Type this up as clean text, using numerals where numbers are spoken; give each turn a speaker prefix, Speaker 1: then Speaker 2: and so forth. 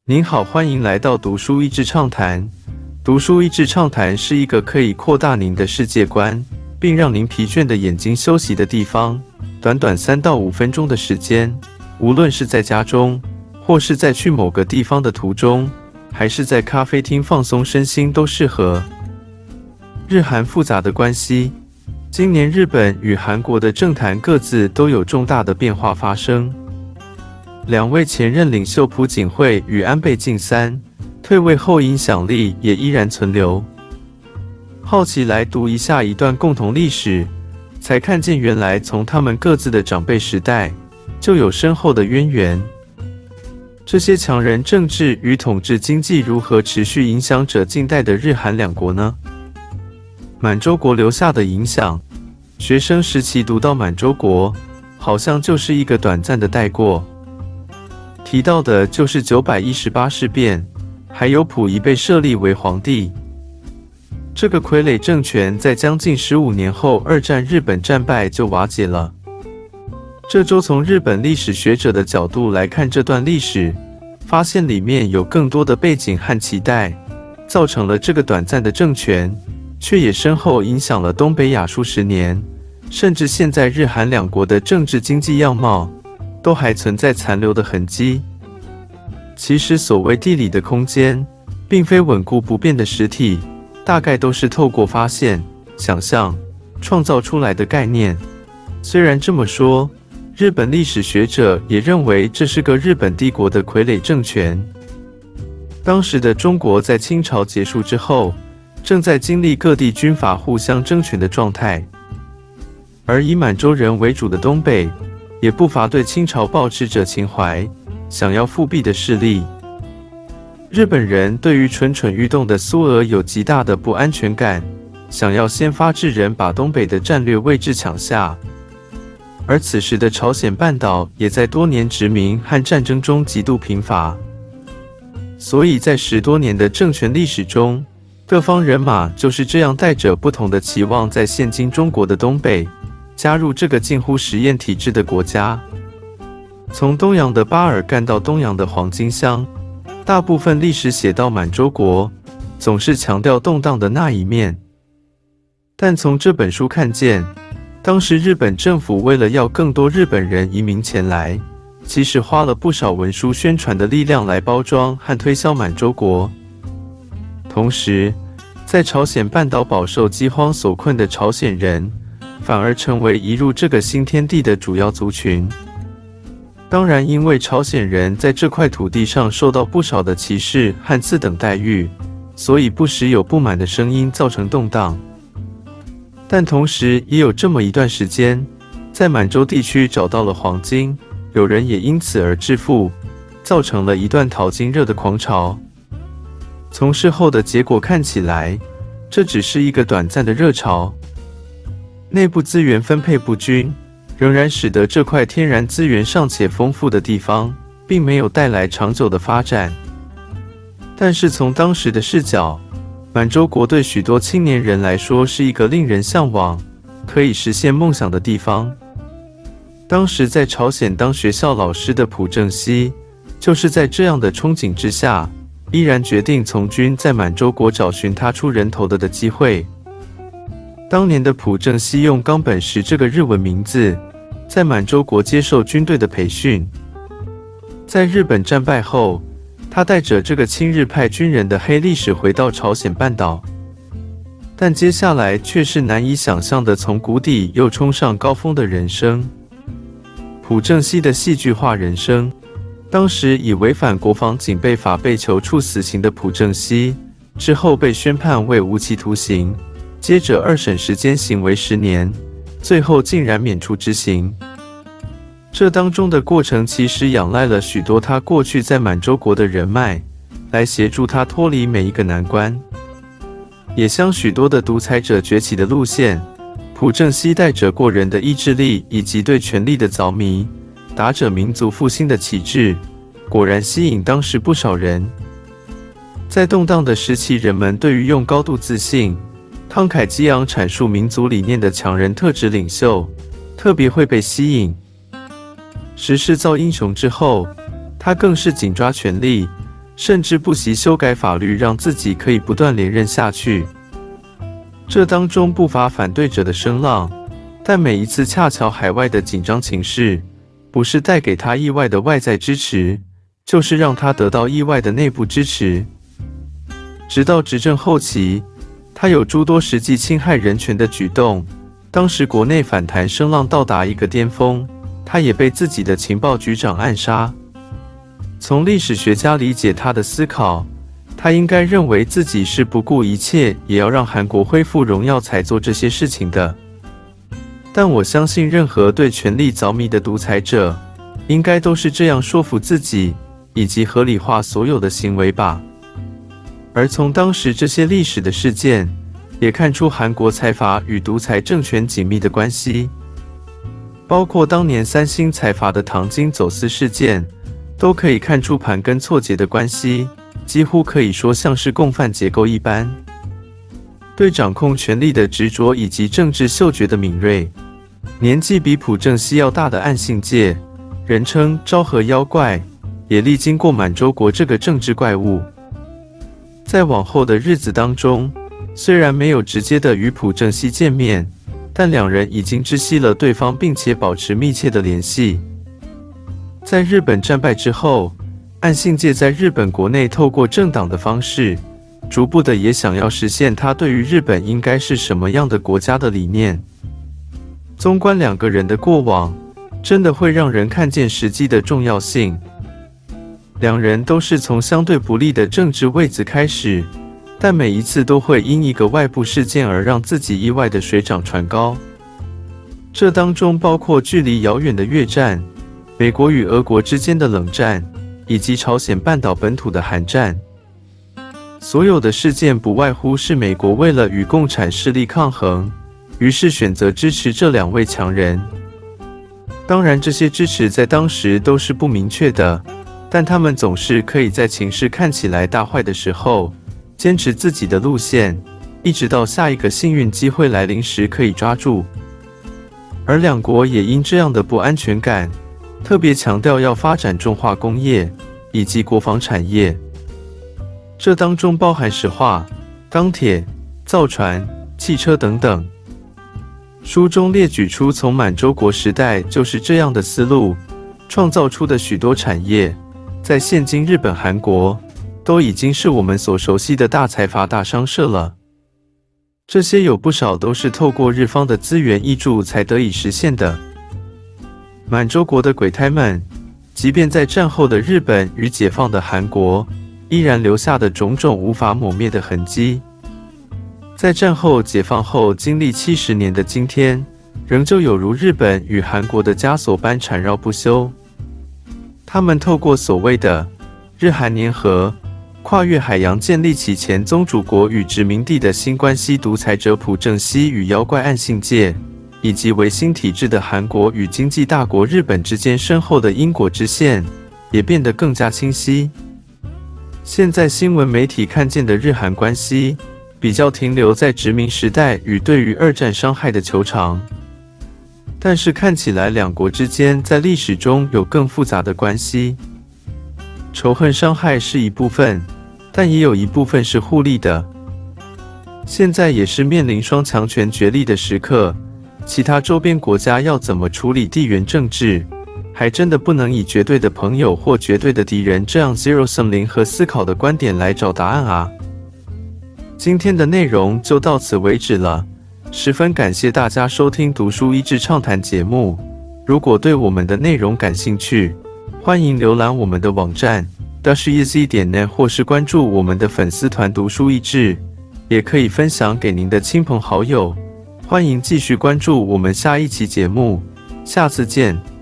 Speaker 1: 您好，欢迎来到读书益智畅谈。读书益智畅谈是一个可以扩大您的世界观，并让您疲倦的眼睛休息的地方。短短3到5分钟的时间，无论是在家中，或是在去某个地方的途中，还是在咖啡厅放松身心都适合。日韩复杂的关系，今年日本与韩国的政坛各自都有重大的变化发生。2位前任领袖朴槿惠与安倍晋三退位后，影响力也依然存留。好奇来读一下一段共同历史，才看见原来从他们各自的长辈时代就有深厚的渊源。这些强人政治与统治经济如何持续影响着近代的日韩两国呢？满洲国留下的影响，学生时期读到满洲国，好像就是一个短暂的带过。提到的就是918事变，还有溥仪被设立为皇帝。这个傀儡政权在将近15年后，二战日本战败就瓦解了。这周从日本历史学者的角度来看这段历史，发现里面有更多的背景和期待，造成了这个短暂的政权，却也深厚影响了东北亚数十年，甚至现在日韩两国的政治经济样貌都还存在残留的痕迹。其实所谓地理的空间，并非稳固不变的实体，大概都是透过发现、想象、创造出来的概念。虽然这么说，日本历史学者也认为这是个日本帝国的傀儡政权。当时的中国在清朝结束之后，正在经历各地军阀互相争权的状态，而以满洲人为主的东北也不乏对清朝抱持着情怀，想要复辟的势力。日本人对于蠢蠢欲动的苏俄有极大的不安全感，想要先发制人，把东北的战略位置抢下。而此时的朝鲜半岛也在多年殖民和战争中极度贫乏，所以在10多年的政权历史中，各方人马就是这样带着不同的期望，在现今中国的东北加入这个近乎实验体制的国家。从东洋的巴尔干到东洋的黄金乡，大部分历史写到满洲国，总是强调动荡的那一面。但从这本书看见，当时日本政府为了要更多日本人移民前来，其实花了不少文书宣传的力量来包装和推销满洲国。同时，在朝鲜半岛饱受饥荒所困的朝鲜人，反而成为移入这个新天地的主要族群。当然，因为朝鲜人在这块土地上受到不少的歧视和次等待遇，所以不时有不满的声音，造成动荡。但同时也有这么一段时间，在满洲地区找到了黄金，有人也因此而致富，造成了一段淘金热的狂潮。从事后的结果看起来，这只是一个短暂的热潮，内部资源分配不均，仍然使得这块天然资源尚且丰富的地方，并没有带来长久的发展。但是从当时的视角，满洲国对许多青年人来说是一个令人向往、可以实现梦想的地方。当时在朝鲜当学校老师的朴正熙，就是在这样的憧憬之下，毅然决定从军，在满洲国找寻他出人头的机会。当年的朴正熙用冈本实这个日文名字，在满洲国接受军队的培训。在日本战败后，他带着这个亲日派军人的黑历史回到朝鲜半岛，但接下来却是难以想象的从谷底又冲上高峰的人生。朴正熙的戏剧化人生，当时以违反国防警备法被囚处死刑的朴正熙，之后被宣判为无期徒刑，接着2审时间刑为10年，最后竟然免除执行。这当中的过程其实仰赖了许多他过去在满洲国的人脉，来协助他脱离每一个难关。也像许多的独裁者崛起的路线，朴正熙带着过人的意志力以及对权力的着迷，打着民族复兴的旗帜，果然吸引当时不少人。在动荡的时期，人们对于用高度自信、慷慨激昂阐述民族理念的强人特质领袖，特别会被吸引。时势造英雄之后，他更是紧抓权力， 甚至不惜修改法律，让自己可以不断连任下去。这当中不乏反对者的声浪，但每一次恰巧海外的紧张情势，不是带给他意外的外在支持，就是让他得到意外的内部支持。直到执政后期，他有诸多实际侵害人权的举动，当时国内反弹声浪到达一个巅峰，他也被自己的情报局长暗杀。从历史学家理解他的思考，他应该认为自己是不顾一切也要让韩国恢复荣耀才做这些事情的。但我相信任何对权力着迷的独裁者，应该都是这样说服自己，以及合理化所有的行为吧。而从当时这些历史的事件，也看出韩国财阀与独裁政权紧密的关系，包括当年三星财阀的糖金走私事件，都可以看出盘根错节的关系，几乎可以说像是共犯结构一般。对掌控权力的执着以及政治嗅觉的敏锐，年纪比朴正熙要大的岸信介，人称昭和妖怪，也历经过满洲国这个政治怪物。在往后的日子当中，虽然没有直接的与朴正熙见面，但两人已经知悉了对方，并且保持密切的联系。在日本战败之后，岸信介在日本国内透过政党的方式，逐步的也想要实现他对于日本应该是什么样的国家的理念。纵观两个人的过往，真的会让人看见时机的重要性。两人都是从相对不利的政治位置开始，但每一次都会因一个外部事件而让自己意外的水涨船高。这当中包括距离遥远的越战、美国与俄国之间的冷战，以及朝鲜半岛本土的韩战。所有的事件不外乎是美国为了与共产势力抗衡，于是选择支持这两位强人。当然，这些支持在当时都是不明确的，但他们总是可以在情势看起来大坏的时候，坚持自己的路线，一直到下一个幸运机会来临时可以抓住。而两国也因这样的不安全感，特别强调要发展重化工业以及国防产业，这当中包含石化、钢铁、造船、汽车等等。书中列举出从满洲国时代就是这样的思路，创造出的许多产业，在现今日本、韩国都已经是我们所熟悉的大财阀、大商社了。这些有不少都是透过日方的资源挹注才得以实现的。满洲国的鬼胎们，即便在战后的日本与解放的韩国，依然留下的种种无法抹灭的痕迹。在战后解放后经历70年的今天，仍旧有如日本与韩国的枷锁般缠绕不休。他们透过所谓的日韩联合，跨越海洋建立起前宗主国与殖民地的新关系，独裁者朴正熙与妖怪岸信介，以及维新体制的韩国与经济大国日本之间深厚的因果之线，也变得更加清晰。现在新闻媒体看见的日韩关系，比较停留在殖民时代与对于二战伤害的求偿，但是看起来两国之间在历史中有更复杂的关系。仇恨伤害是一部分，但也有一部分是互利的。现在也是面临双强权角力的时刻，其他周边国家要怎么处理地缘政治，还真的不能以绝对的朋友或绝对的敌人这样 zero sum 零和思考的观点来找答案啊。今天的内容就到此为止了，十分感谢大家收听读书益智畅谈节目。如果对我们的内容感兴趣，欢迎浏览我们的网站 dashiz.net 或是关注我们的粉丝团读书益智，也可以分享给您的亲朋好友。欢迎继续关注我们下一期节目，下次见。